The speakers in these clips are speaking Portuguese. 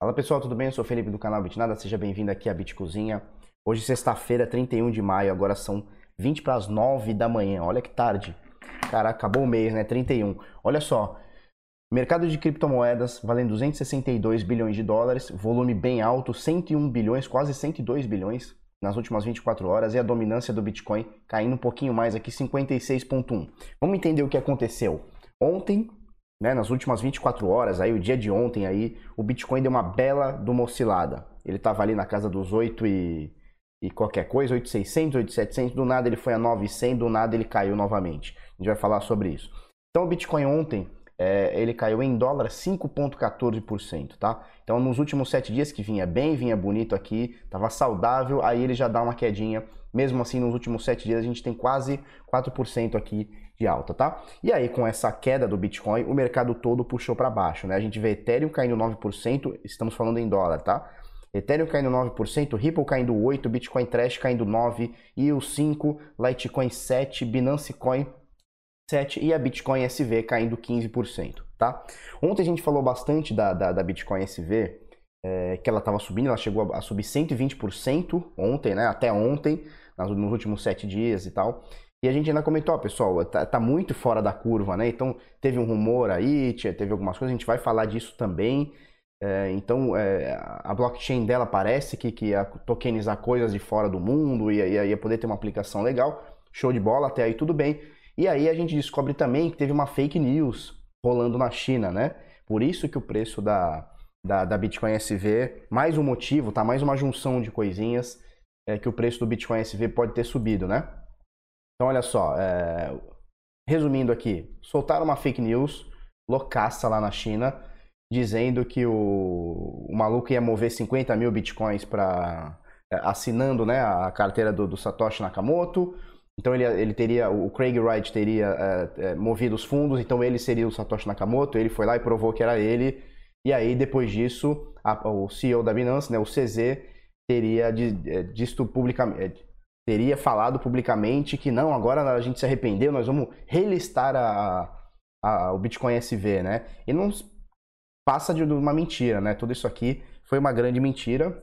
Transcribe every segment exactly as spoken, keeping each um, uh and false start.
Fala pessoal, tudo bem? Eu sou o Felipe do canal Bitnada, seja bem-vindo aqui à Bitcozinha. Hoje sexta-feira, trinta e um de maio, agora são vinte para as nove da manhã, olha que tarde. Caraca, acabou o mês, né? trinta e um. Olha só, mercado de criptomoedas valendo duzentos e sessenta e dois bilhões de dólares, volume bem alto, cento e um bilhões, quase cento e dois bilhões nas últimas vinte e quatro horas, e a dominância do Bitcoin caindo um pouquinho mais aqui, cinquenta e seis vírgula um. Vamos entender o que aconteceu. Ontem, né, nas últimas vinte e quatro horas, aí, o dia de ontem, aí, o Bitcoin deu uma bela de uma oscilada. Ele estava ali na casa dos oito e, e qualquer coisa, oito mil e seiscentos, oito mil e setecentos, do nada ele foi a nove mil e cem, do nada ele caiu novamente. A gente vai falar sobre isso. Então o Bitcoin ontem, é, ele caiu em dólar cinco vírgula quatorze por cento, tá? Então nos últimos sete dias que vinha bem, vinha bonito aqui, tava saudável, aí ele já dá uma quedinha. Mesmo assim, nos últimos sete dias a gente tem quase quatro por cento aqui de alta, tá? E aí, com essa queda do Bitcoin, o mercado todo puxou para baixo, né? A gente vê Ethereum caindo nove por cento, estamos falando em dólar, tá? Ethereum caindo nove por cento, Ripple caindo oito por cento, Bitcoin Trash caindo nove por cento, I O cinco por cento, Litecoin sete por cento, Binance Coin sete por cento e a Bitcoin S V caindo quinze por cento, tá? Ontem a gente falou bastante da, da, da Bitcoin S V, é, que ela estava subindo, ela chegou a, a subir cento e vinte por cento ontem, né? Até ontem, nas, nos últimos sete dias e tal. E a gente ainda comentou, ó, pessoal, tá, tá muito fora da curva, né? Então teve um rumor aí, teve algumas coisas, a gente vai falar disso também. É, então é, a blockchain dela parece que, que ia tokenizar coisas de fora do mundo e ia, ia poder ter uma aplicação legal. Show de bola, até aí tudo bem. E aí a gente descobre também que teve uma fake news rolando na China, né? Por isso que o preço da, da, da Bitcoin S V, mais um motivo, tá? Mais uma junção de coisinhas, é que o preço do Bitcoin S V pode ter subido, né? Então, olha só, é... resumindo aqui, soltaram uma fake news loucaça lá na China, dizendo que o, o maluco ia mover cinquenta mil bitcoins para assinando, né, a carteira do, do Satoshi Nakamoto. Então ele, ele teria, o Craig Wright teria é, é, movido os fundos, então ele seria o Satoshi Nakamoto. Ele foi lá e provou que era ele. E aí, depois disso, a, o C E O da Binance, né, o C Z, teria dito publicamente, teria falado publicamente que não, agora a gente se arrependeu, nós vamos relistar a, a, o Bitcoin S V, né? E não passa de uma mentira, né? Tudo isso aqui foi uma grande mentira.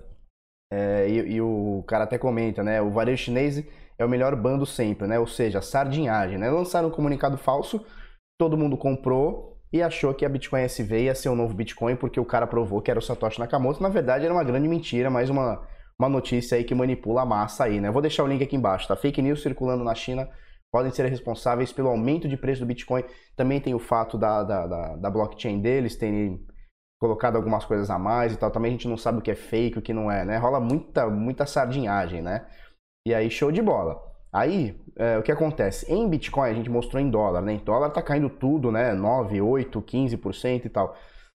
É, e, e o cara até comenta, né? O varejo chinês é o melhor bando sempre, né? Ou seja, sardinhagem, né? Lançaram um comunicado falso, todo mundo comprou e achou que a Bitcoin S V ia ser o novo Bitcoin porque o cara provou que era o Satoshi Nakamoto. Na verdade, era uma grande mentira, mais uma, uma notícia aí que manipula a massa aí, né? Vou deixar o link aqui embaixo, tá? Fake news circulando na China podem ser responsáveis pelo aumento de preço do Bitcoin. Também tem o fato da, da, da, da blockchain deles terem colocado algumas coisas a mais e tal. Também a gente não sabe o que é fake, o que não é, né? Rola muita, muita sardinhagem, né? E aí, show de bola. Aí, é, o que acontece? Em Bitcoin, a gente mostrou em dólar, né? Em dólar tá caindo tudo, né? nove, oito, quinze por cento e tal.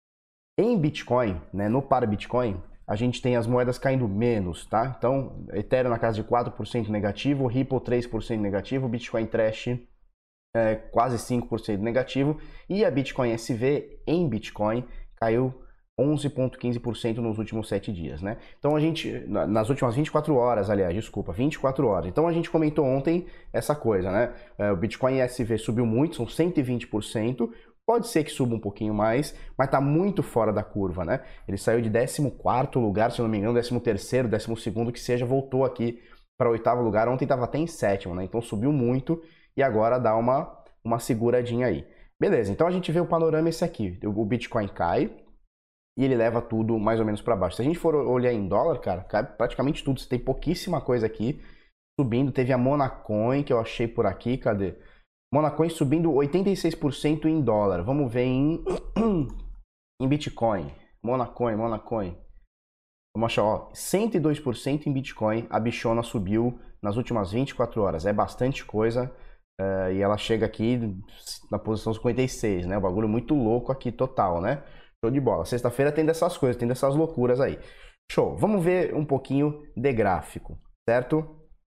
Em Bitcoin, né? No par Bitcoin, a gente tem as moedas caindo menos, tá? Então, Ethereum na casa de quatro por cento negativo, Ripple três por cento negativo, Bitcoin Trash é, quase cinco por cento negativo e a Bitcoin S V em Bitcoin caiu onze vírgula quinze por cento nos últimos sete dias, né? Então a gente, nas últimas vinte e quatro horas, aliás, desculpa, vinte e quatro horas. Então a gente comentou ontem essa coisa, né? O Bitcoin S V subiu muito, são cento e vinte por cento. Pode ser que suba um pouquinho mais, mas está muito fora da curva, né? Ele saiu de décimo quarto lugar, se não me engano, décimo terceiro, décimo segundo, que seja, voltou aqui para o oitavo lugar. Ontem estava até em sétimo, né? Então subiu muito e agora dá uma, uma seguradinha aí. Beleza, então a gente vê o panorama esse aqui. O Bitcoin cai e ele leva tudo mais ou menos para baixo. Se a gente for olhar em dólar, cara, cai praticamente tudo. Você tem pouquíssima coisa aqui subindo. Teve a Monacoin, que eu achei por aqui, cadê? Monacoin subindo oitenta e seis por cento em dólar. Vamos ver em, em Bitcoin. Monacoin, Monacoin. Vamos achar, ó, cento e dois por cento em Bitcoin. A bichona subiu nas últimas vinte e quatro horas. É bastante coisa. Uh, e ela chega aqui na posição cinquenta e seis, né? O bagulho muito louco aqui, total, né? Show de bola. Sexta-feira tem dessas coisas, tem dessas loucuras aí. Show. Vamos ver um pouquinho de gráfico, certo?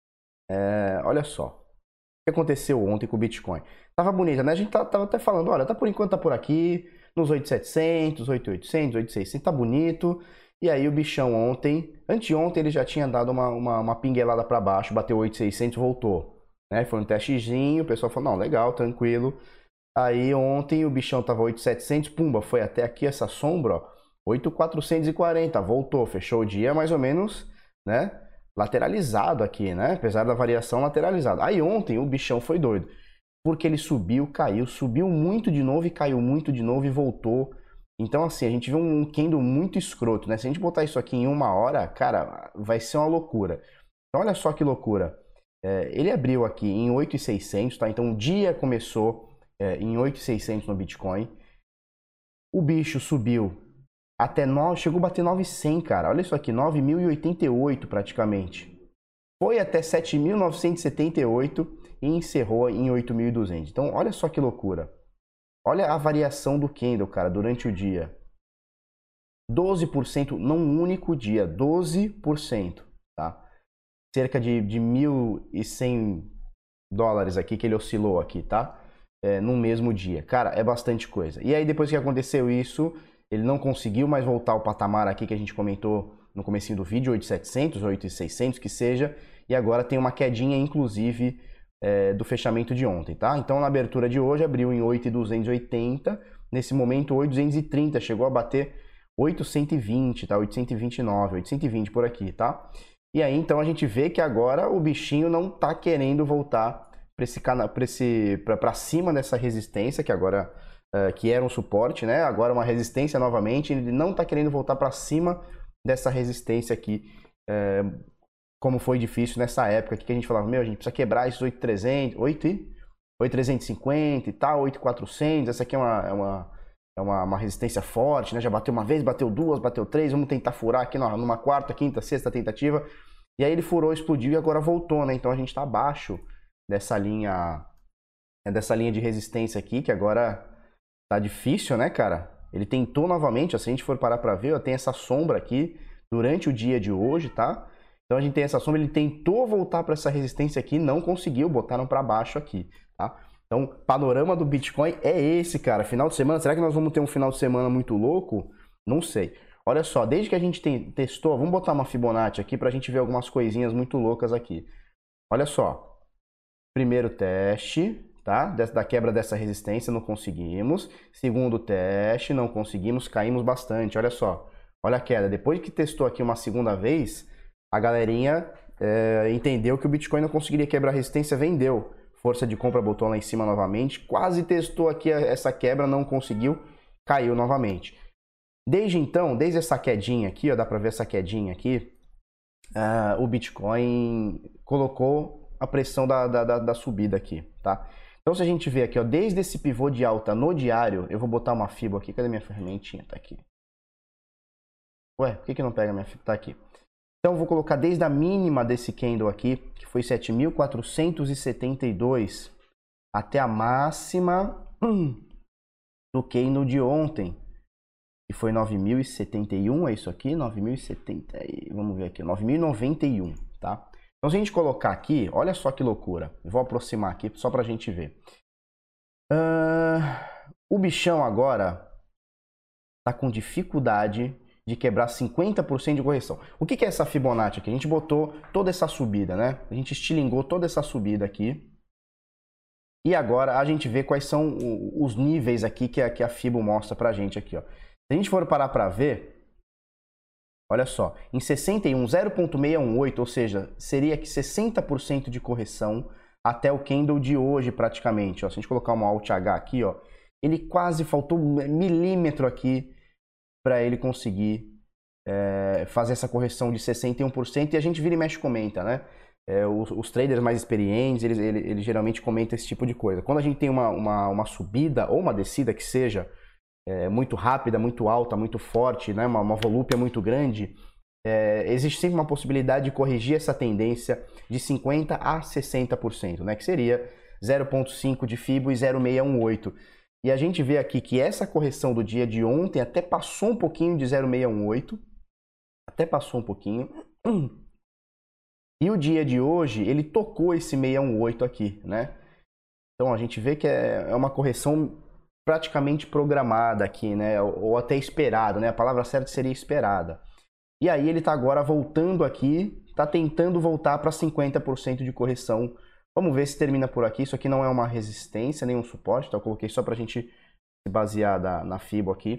É, olha só. O que aconteceu ontem com o Bitcoin? Tava bonita, né? A gente tava até falando, olha, tá por enquanto tá por aqui, nos oito mil e setecentos, oito mil e oitocentos, oito mil e seiscentos, tá bonito. E aí o bichão ontem, anteontem ele já tinha dado uma, uma, uma pinguelada para baixo, bateu oito mil e seiscentos, voltou. Né? Foi um testezinho, o pessoal falou, não, legal, tranquilo. Aí ontem o bichão tava oito mil e setecentos, pumba, foi até aqui essa sombra, ó. oito mil quatrocentos e quarenta, voltou, fechou o dia mais ou menos, né? Lateralizado aqui, né? Apesar da variação lateralizado. Aí ontem o bichão foi doido, porque ele subiu, caiu, subiu muito de novo e caiu muito de novo e voltou. Então assim, a gente viu um candle muito escroto, né? Se a gente botar isso aqui em uma hora, cara, vai ser uma loucura. Então olha só que loucura. É, ele abriu aqui em oito mil e seiscentos, tá? Então o dia começou é, em oito mil e seiscentos no Bitcoin. O bicho subiu até nove, chegou a bater nove mil e cem, cara. Olha isso aqui, nove mil e oitenta e oito praticamente. Foi até sete mil novecentos e setenta e oito e encerrou em oito mil e duzentos. Então, olha só que loucura. Olha a variação do candle, cara, durante o dia. doze por cento num único dia, doze por cento, tá? Cerca de, de mil e cem dólares aqui que ele oscilou aqui, tá? É, no mesmo dia. Cara, é bastante coisa. E aí, depois que aconteceu isso, ele não conseguiu mais voltar ao patamar aqui que a gente comentou no comecinho do vídeo, oito mil e setecentos, oito mil e seiscentos, que seja, e agora tem uma quedinha, inclusive, é, do fechamento de ontem, tá? Então, na abertura de hoje, abriu em oito mil duzentos e oitenta, nesse momento, oito mil duzentos e trinta, chegou a bater oitocentos e vinte, tá? oitocentos e vinte e nove, oitocentos e vinte por aqui, tá? E aí, então, a gente vê que agora o bichinho não tá querendo voltar para esse canal, para esse, para cima dessa resistência, que agora... Uh, que era um suporte, né? Agora uma resistência novamente, ele não está querendo voltar para cima dessa resistência aqui, uh, como foi difícil nessa época aqui que a gente falava, meu, a gente precisa quebrar esses oito mil e trezentos, oito mil e trezentos e cinquenta e tal, oito mil e quatrocentos, essa aqui é uma, é uma, é uma, uma resistência forte, né? Já bateu uma vez, bateu duas, bateu três, vamos tentar furar aqui numa quarta, quinta, sexta tentativa, e aí ele furou, explodiu e agora voltou, né? Então a gente está abaixo dessa linha, dessa linha de resistência aqui, que agora... Tá difícil, né, cara? Ele tentou novamente, se a gente for parar pra ver, ó, tem essa sombra aqui durante o dia de hoje, tá? Então a gente tem essa sombra, ele tentou voltar para essa resistência aqui, não conseguiu, botaram para baixo aqui, tá? Então, panorama do Bitcoin é esse, cara. Final de semana, será que nós vamos ter um final de semana muito louco? Não sei. Olha só, desde que a gente tem, testou, vamos botar uma Fibonacci aqui pra gente ver algumas coisinhas muito loucas aqui. Olha só. Primeiro teste, tá? Da quebra dessa resistência, não conseguimos. Segundo teste, não conseguimos, caímos bastante. Olha só, olha a queda. Depois que testou aqui uma segunda vez, a galerinha é, entendeu que o Bitcoin não conseguiria quebrar a resistência, vendeu. Força de compra botou lá em cima novamente. Quase testou aqui essa quebra, não conseguiu, caiu novamente. Desde então, desde essa quedinha aqui, ó, dá pra ver essa quedinha aqui, uh, o Bitcoin colocou a pressão da, da, da, da subida aqui, tá? Então, se a gente vê aqui, ó, desde esse pivô de alta no diário, eu vou botar uma Fibo aqui. Cadê minha ferramentinha? Tá aqui. Ué, por que que não pega minha Fibo? Tá aqui. Então, eu vou colocar desde a mínima desse candle aqui, que foi sete mil quatrocentos e setenta e dois, até a máxima hum, do candle de ontem, que foi nove mil e setenta e um, é isso aqui? nove mil e setenta, vamos ver aqui, nove mil e noventa e um, tá? Então, se a gente colocar aqui, olha só que loucura. Eu vou aproximar aqui só pra gente ver. Uh, o bichão agora tá com dificuldade de quebrar cinquenta por cento de correção. O que que é essa Fibonacci aqui? A gente botou toda essa subida, né? A gente estilingou toda essa subida aqui. E agora a gente vê quais são os níveis aqui que a, que a Fibo mostra pra gente aqui, ó. Se a gente for parar pra ver... Olha só, em sessenta e um, zero ponto seiscentos e dezoito, ou seja, seria que sessenta por cento de correção até o candle de hoje praticamente. Ó. Se a gente colocar uma Alt H aqui, ó, ele quase faltou um milímetro aqui para ele conseguir é, fazer essa correção de sessenta e um por cento, e a gente vira e mexe comenta, né? É, os, os traders mais experientes, eles, eles, eles geralmente comentam esse tipo de coisa. Quando a gente tem uma, uma, uma subida ou uma descida que seja... É, muito rápida, muito alta, muito forte, né? uma, uma volúpia muito grande, é, existe sempre uma possibilidade de corrigir essa tendência de cinquenta a sessenta por cento, né? Que seria zero ponto cinco de Fibo e zero ponto seiscentos e dezoito. E a gente vê aqui que essa correção do dia de ontem até passou um pouquinho de zero ponto seiscentos e dezoito, até passou um pouquinho, e o dia de hoje ele tocou esse seiscentos e dezoito aqui, né? Então a gente vê que é, é uma correção praticamente programada aqui, né? Ou até esperado, né? A palavra certa seria esperada. E aí ele está agora voltando aqui, está tentando voltar para cinquenta por cento de correção. Vamos ver se termina por aqui. Isso aqui não é uma resistência, nem um suporte, então eu coloquei só para a gente se basear na, na Fibo aqui.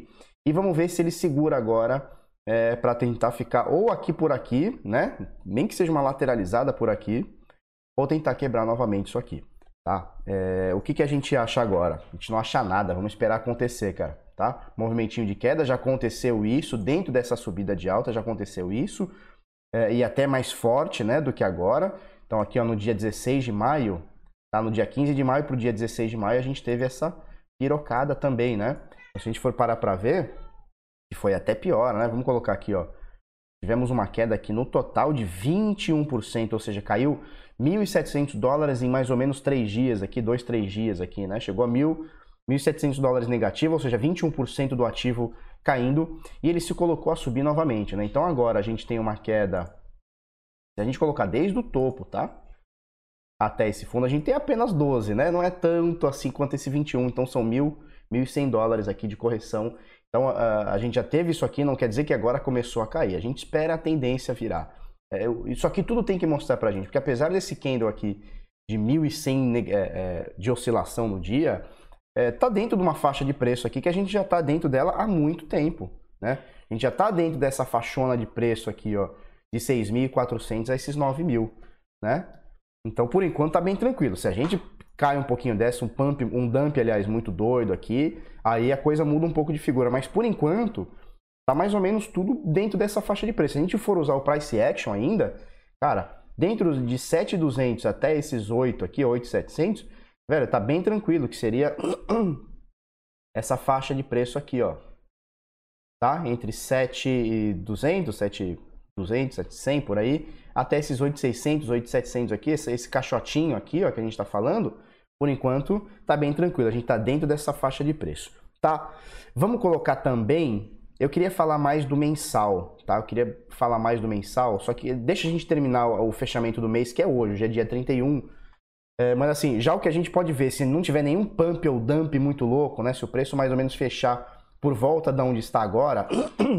E vamos ver se ele segura agora é, para tentar ficar ou aqui por aqui, né? Nem que seja uma lateralizada por aqui, ou tentar quebrar novamente isso aqui, tá? É, o que, que a gente acha agora? A gente não acha nada, vamos esperar acontecer, cara, tá? Movimentinho de queda, já aconteceu isso, dentro dessa subida de alta já aconteceu isso, é, e até mais forte, né, do que agora. Então aqui, ó, no dia dezesseis de maio, tá? No dia quinze de maio para o dia dezesseis de maio a gente teve essa pirocada também, né? Se a gente for parar para ver, que foi até pior, né? Vamos colocar aqui, ó. Tivemos uma queda aqui no total de vinte e um por cento, ou seja, caiu mil e setecentos dólares em mais ou menos três dias aqui, dois, três dias aqui, né? Chegou a mil, mil e setecentos dólares negativo, ou seja, vinte e um por cento do ativo caindo, e ele se colocou a subir novamente, né? Então agora a gente tem uma queda, se a gente colocar desde o topo, tá? Até esse fundo, a gente tem apenas doze, né? Não é tanto assim quanto esse vinte e um, então são mil, mil e cem dólares aqui de correção. Então a, a gente já teve isso aqui, não quer dizer que agora começou a cair. A gente espera a tendência virar. É, isso aqui tudo tem que mostrar pra gente, porque apesar desse candle aqui de mil e cem é, é, de oscilação no dia, é, tá dentro de uma faixa de preço aqui que a gente já tá dentro dela há muito tempo, né? A gente já tá dentro dessa faixona de preço aqui, ó, de seis mil e quatrocentos a esses nove mil, né? Então, por enquanto, tá bem tranquilo. Se a gente cai um pouquinho dessa, um pump, um dump, aliás, muito doido aqui, aí a coisa muda um pouco de figura. Mas, por enquanto, tá mais ou menos tudo dentro dessa faixa de preço. Se a gente for usar o Price Action ainda, cara, dentro de sete mil e duzentos até esses oito aqui, oito mil e setecentos, velho, tá bem tranquilo, que seria essa faixa de preço aqui, ó. Tá? Entre sete mil e duzentos, sete mil e duzentos, sete mil e cem por aí, até esses oito mil e seiscentos, oito mil e setecentos aqui, esse, esse caixotinho aqui, ó, que a gente tá falando, por enquanto, tá bem tranquilo. A gente tá dentro dessa faixa de preço, tá? Vamos colocar também, eu queria falar mais do mensal, tá? Eu queria falar mais do mensal, só que deixa a gente terminar o fechamento do mês, que é hoje, hoje é dia trinta e um. É, mas assim, já o que a gente pode ver, se não tiver nenhum pump ou dump muito louco, né? Se o preço mais ou menos fechar por volta de onde está agora,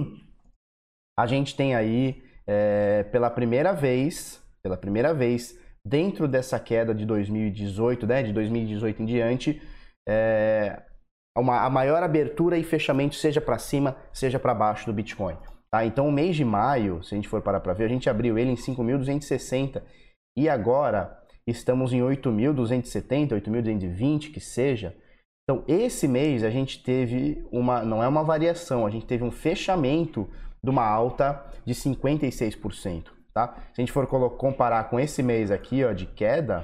a gente tem aí, é, pela primeira vez, pela primeira vez, dentro dessa queda de dois mil e dezoito, né, de dois mil e dezoito em diante, é, uma, a maior abertura e fechamento, seja para cima, seja para baixo do Bitcoin. Tá? Então, o mês de maio, se a gente for parar para ver, a gente abriu ele em cinco mil duzentos e sessenta e agora estamos em oito mil duzentos e setenta, oito mil duzentos e vinte, que seja. Então, esse mês a gente teve uma, não é uma variação, a gente teve um fechamento de uma alta de cinquenta e seis por cento, tá? Se a gente for comparar com esse mês aqui, ó, de queda,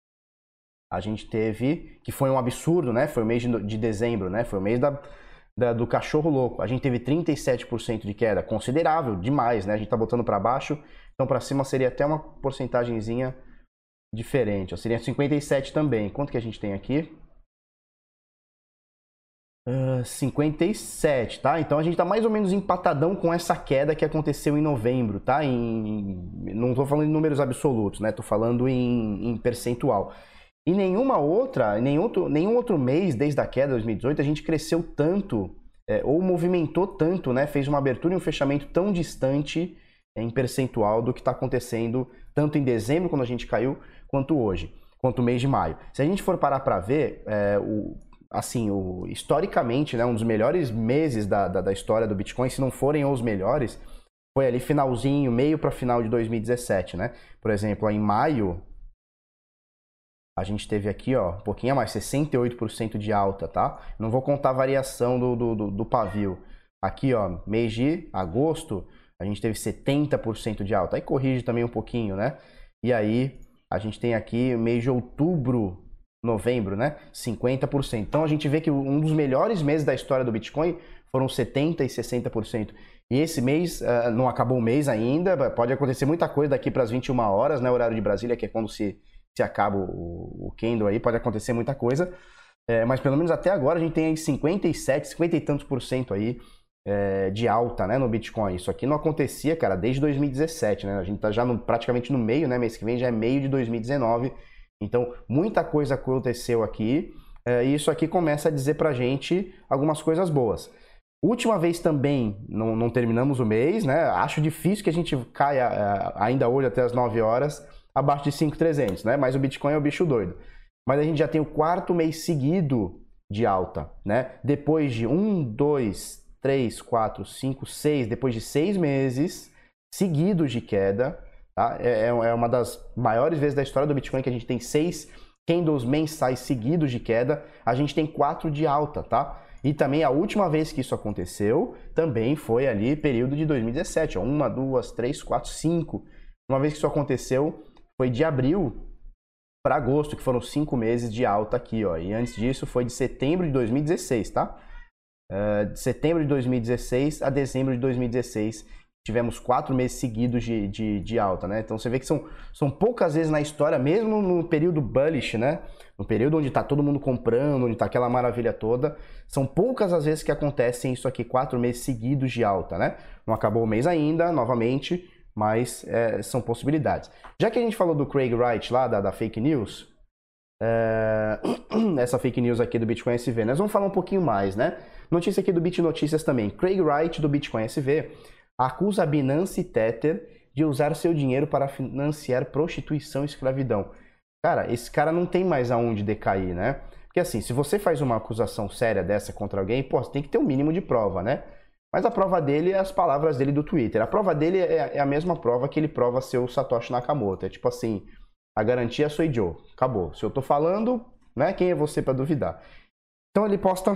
a gente teve, que foi um absurdo, né? Foi o mês de, de dezembro, né? Foi o mês da, da, do cachorro louco. A gente teve trinta e sete por cento de queda, considerável, demais, né? A gente tá botando para baixo, então para cima seria até uma porcentagemzinha diferente, ó. Seria cinquenta e sete também. Quanto que a gente tem aqui? Uh, cinquenta e sete, tá? Então a gente tá mais ou menos empatadão com essa queda que aconteceu em novembro, tá? Em, não tô falando em números absolutos, né? Tô falando em, em percentual. E nenhuma outra, nenhum outro, nenhum outro mês desde a queda de dois mil e dezoito a gente cresceu tanto, é, ou movimentou tanto, né? Fez uma abertura e um fechamento tão distante é, em percentual do que está acontecendo tanto em dezembro, quando a gente caiu, quanto hoje, quanto o mês de maio. Se a gente for parar para ver, é, o assim, o, historicamente, né, um dos melhores meses da, da, da história do Bitcoin, se não forem os melhores, foi ali finalzinho, meio para final de dois mil e dezessete, né? Por exemplo, em maio, a gente teve aqui, ó, um pouquinho a mais, sessenta e oito por cento de alta, tá? Não vou contar a variação do, do, do, do pavio. Aqui, ó, mês de agosto, a gente teve setenta por cento de alta. Aí corrige também um pouquinho, né? E aí, a gente tem aqui mês de outubro, novembro, né? cinquenta por cento. Então a gente vê que um dos melhores meses da história do Bitcoin foram setenta por cento e sessenta por cento. E esse mês, uh, não acabou o mês ainda, pode acontecer muita coisa daqui para as vinte e uma horas, né? Horário de Brasília, que é quando se, se acaba o, o candle aí, pode acontecer muita coisa. É, mas pelo menos até agora a gente tem aí cinquenta e sete, cinquenta e tantos por cento aí é, de alta, né, no Bitcoin. Isso aqui não acontecia, cara, desde dois mil e dezessete, né? A gente tá já no, praticamente no meio, né? Mês que vem já é meio de dois mil e dezenove. Então, muita coisa aconteceu aqui é, e isso aqui começa a dizer pra gente algumas coisas boas. Última vez também, não, não terminamos o mês, né? Acho difícil que a gente caia é, ainda hoje até as nove horas abaixo de cinco mil e trezentos, né? Mas o Bitcoin é o bicho doido. Mas a gente já tem o quarto mês seguido de alta, né? Depois de um, dois, três, quatro, cinco, seis, depois de seis meses seguidos de queda, tá? É, é uma das maiores vezes da história do Bitcoin que a gente tem seis candles mensais seguidos de queda, a gente tem quatro de alta, tá? E também a última vez que isso aconteceu também foi ali período de dois mil e dezessete, ó, uma, duas, três, quatro, cinco. Uma vez que isso aconteceu foi de abril para agosto, que foram cinco meses de alta aqui, ó. E antes disso foi de setembro de dois mil e dezesseis, tá? Uh, de setembro de dois mil e dezesseis a dezembro de dois mil e dezesseis tivemos quatro meses seguidos de, de, de alta, né? Então você vê que são, são poucas vezes na história, mesmo no período bullish, né? No período onde está todo mundo comprando, onde está aquela maravilha toda, são poucas as vezes que acontecem isso aqui, quatro meses seguidos de alta, né? Não acabou o mês ainda, novamente, mas é, são possibilidades. Já que a gente falou do Craig Wright lá, da, da fake news, é... essa fake news aqui do Bitcoin S V, nós vamos falar um pouquinho mais, né? Notícia aqui do Bit Notícias também. Craig Wright, do Bitcoin S V, acusa a Binance e Tether de usar seu dinheiro para financiar prostituição e escravidão. Cara, esse cara não tem mais aonde decair, né? Porque assim, se você faz uma acusação séria dessa contra alguém, pô, você tem que ter um mínimo de prova, né? Mas a prova dele é as palavras dele do Twitter. A prova dele é a mesma prova que ele prova ser o Satoshi Nakamoto. É tipo assim, a garantia sou eu. Acabou. Se eu tô falando, né, quem é você para duvidar? Então ele posta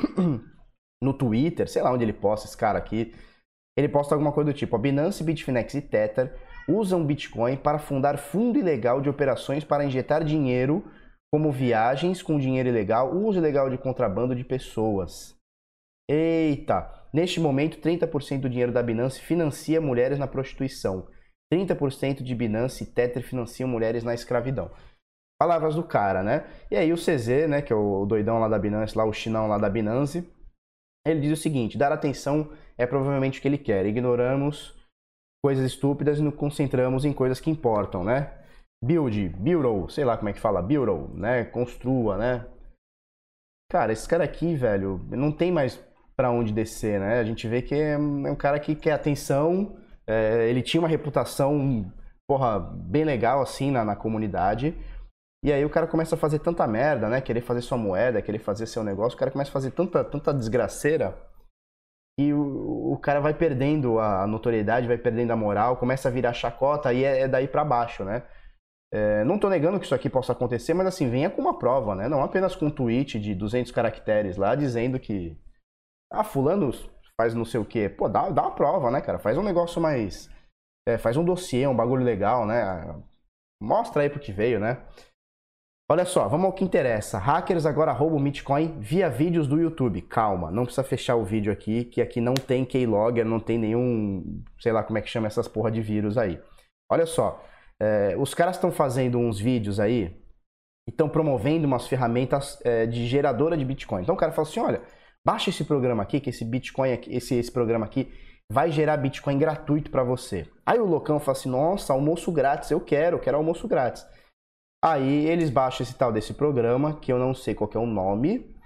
no Twitter, sei lá onde ele posta esse cara aqui, ele posta alguma coisa do tipo: a Binance, Bitfinex e Tether usam Bitcoin para fundar fundo ilegal de operações para injetar dinheiro, como viagens com dinheiro ilegal, uso ilegal de contrabando de pessoas. Eita! Neste momento, trinta por cento do dinheiro da Binance financia mulheres na prostituição. trinta por cento de Binance e Tether financiam mulheres na escravidão. Palavras do cara, né? E aí o C Z, né, que é o doidão lá da Binance, lá o chinão lá da Binance, ele diz o seguinte: dar atenção é provavelmente o que ele quer. Ignoramos coisas estúpidas e nos concentramos em coisas que importam, né? Build, bureau, sei lá como é que fala, bureau, né? Construa, né? Cara, esse cara aqui, velho, não tem mais pra onde descer, né? A gente vê que é um cara que quer atenção, é, ele tinha uma reputação, porra, bem legal assim na, na comunidade. E aí o cara começa a fazer tanta merda, né? Querer fazer sua moeda, querer fazer seu negócio, o cara começa a fazer tanta, tanta desgraceira e o, o cara vai perdendo a notoriedade, vai perdendo a moral, começa a virar chacota e é, é daí pra baixo, né? É, não tô negando que isso aqui possa acontecer, mas assim, venha com uma prova, né? Não apenas com um tweet de duzentos caracteres lá dizendo que ah, fulano faz não sei o quê. Pô, dá, dá uma prova, né, cara? Faz um negócio mais... É, faz um dossiê, um bagulho legal, né? Mostra aí pro que veio, né? Olha só, vamos ao que interessa. Hackers agora roubam Bitcoin via vídeos do YouTube. Calma, não precisa fechar o vídeo aqui, que aqui não tem keylogger, não tem nenhum, sei lá como é que chama essas porra de vírus aí. Olha só, é, os caras estão fazendo uns vídeos aí e estão promovendo umas ferramentas é, de geradora de Bitcoin. Então o cara fala assim, olha, baixa esse programa aqui, que esse Bitcoin aqui, esse, esse programa aqui vai gerar Bitcoin gratuito para você. Aí o loucão fala assim, nossa, almoço grátis, eu quero, eu quero almoço grátis. Aí eles baixam esse tal desse programa, que eu não sei qual que é o nome.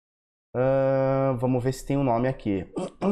Uh, vamos ver se tem um nome aqui.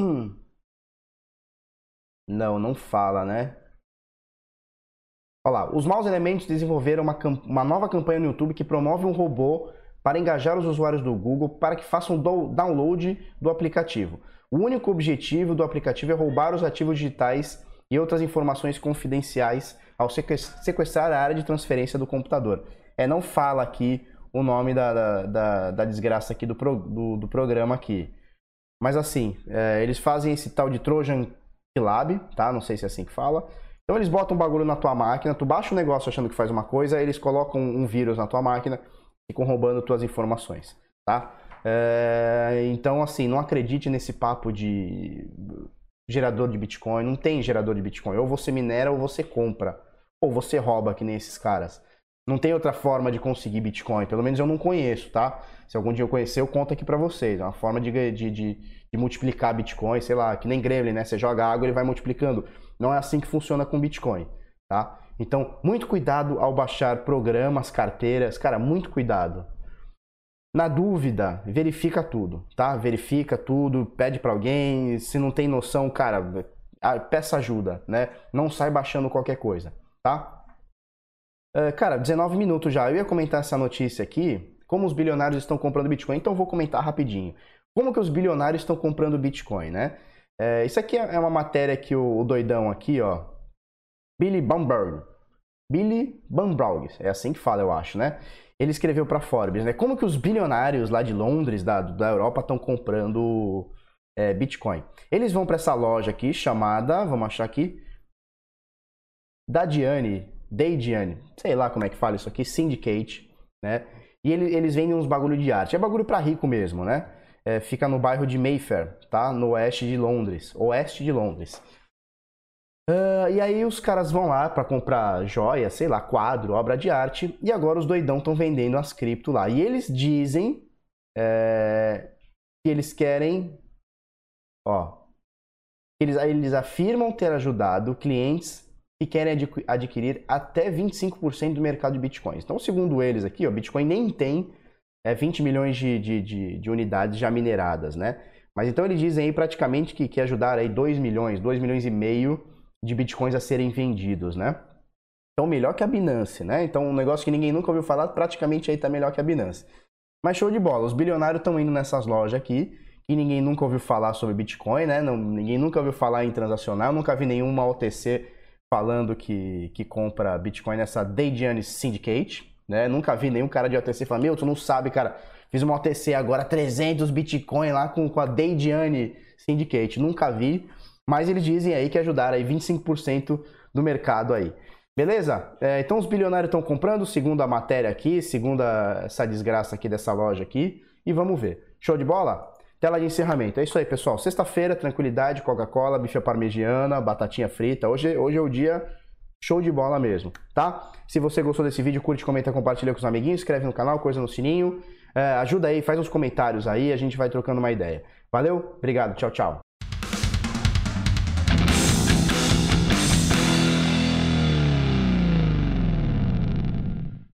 Não, não fala, né? Olha lá, os maus elementos desenvolveram uma, uma nova campanha no YouTube que promove um robô para engajar os usuários do Google para que façam do download do aplicativo. O único objetivo do aplicativo é roubar os ativos digitais e outras informações confidenciais ao sequestrar a área de transferência do computador. É, não fala aqui o nome da, da, da, da desgraça aqui do, pro, do, do programa aqui. Mas assim, é, eles fazem esse tal de Trojan Lab, tá? Não sei se é assim que fala. Então eles botam um bagulho na tua máquina, tu baixa um negócio achando que faz uma coisa, aí eles colocam um vírus na tua máquina e ficam roubando tuas informações, tá? É, então assim, não acredite nesse papo de gerador de Bitcoin, não tem gerador de Bitcoin. Ou você minera ou você compra. Ou você rouba, que nem esses caras. Não tem outra forma de conseguir Bitcoin. Pelo menos eu não conheço, tá? Se algum dia eu conhecer, eu conto aqui pra vocês. É uma forma de, de, de, de multiplicar Bitcoin, sei lá, que nem Gremlin, né? Você joga água e ele vai multiplicando. Não é assim que funciona com Bitcoin, tá? Então, muito cuidado ao baixar programas, carteiras. Cara, muito cuidado. Na dúvida, verifica tudo, tá? Verifica tudo, pede pra alguém. Se não tem noção, cara, peça ajuda, né? Não sai baixando qualquer coisa, tá? Uh, cara, dezenove minutos já. Eu ia comentar essa notícia aqui, como os bilionários estão comprando Bitcoin, então eu vou comentar rapidinho. Como que os bilionários estão comprando Bitcoin, né? É, isso aqui é uma matéria que o, o doidão aqui, ó, Billy Bamberg, Billy Bamberg, é assim que fala, eu acho, né? Ele escreveu para Forbes, né? Como que os bilionários lá de Londres, da, da Europa, estão comprando é, Bitcoin? Eles vão para essa loja aqui chamada, vamos achar aqui, Dadiane, Dadiane, sei lá como é que fala isso aqui, Syndicate, né? E ele, eles vendem uns bagulho de arte, é bagulho para rico mesmo, né? É, fica no bairro de Mayfair, tá? No oeste de Londres, oeste de Londres. Uh, e aí os caras vão lá para comprar joia, sei lá, quadro, obra de arte, e agora os doidão estão vendendo as cripto lá. E eles dizem é, que eles querem, ó, eles, eles afirmam ter ajudado clientes que querem adquirir até vinte e cinco por cento do mercado de bitcoins. Então, segundo eles aqui, o Bitcoin nem tem é, vinte milhões de, de, de, de unidades já mineradas, né? Mas então eles dizem aí praticamente que, que ajudaram aí dois milhões, dois milhões e meio de bitcoins a serem vendidos, né? Então, melhor que a Binance, né? Então, um negócio que ninguém nunca ouviu falar, praticamente aí tá melhor que a Binance. Mas show de bola, os bilionários estão indo nessas lojas aqui, e ninguém nunca ouviu falar sobre Bitcoin, né? Não, ninguém nunca ouviu falar em transacional, nunca vi nenhuma O T C falando que, que compra Bitcoin nessa Dadiane Syndicate, né? Nunca vi nenhum cara de O T C falando, meu, tu não sabe, cara, fiz uma O T C agora, trezentos Bitcoin lá com, com a Dadiane Syndicate, nunca vi. Mas eles dizem aí que ajudaram aí vinte e cinco por cento do mercado aí. Beleza? É, então os bilionários estão comprando, segundo a matéria aqui, segundo a, essa desgraça aqui dessa loja aqui. E vamos ver. Show de bola? Tela de encerramento. É isso aí, pessoal. Sexta-feira, tranquilidade, Coca-Cola, bife à parmegiana, batatinha frita. Hoje, hoje é o dia show de bola mesmo, tá? Se você gostou desse vídeo, curte, comenta, compartilha com os amiguinhos, inscreve no canal, coisa no sininho. É, ajuda aí, faz uns comentários aí, a gente vai trocando uma ideia. Valeu? Obrigado. Tchau, tchau.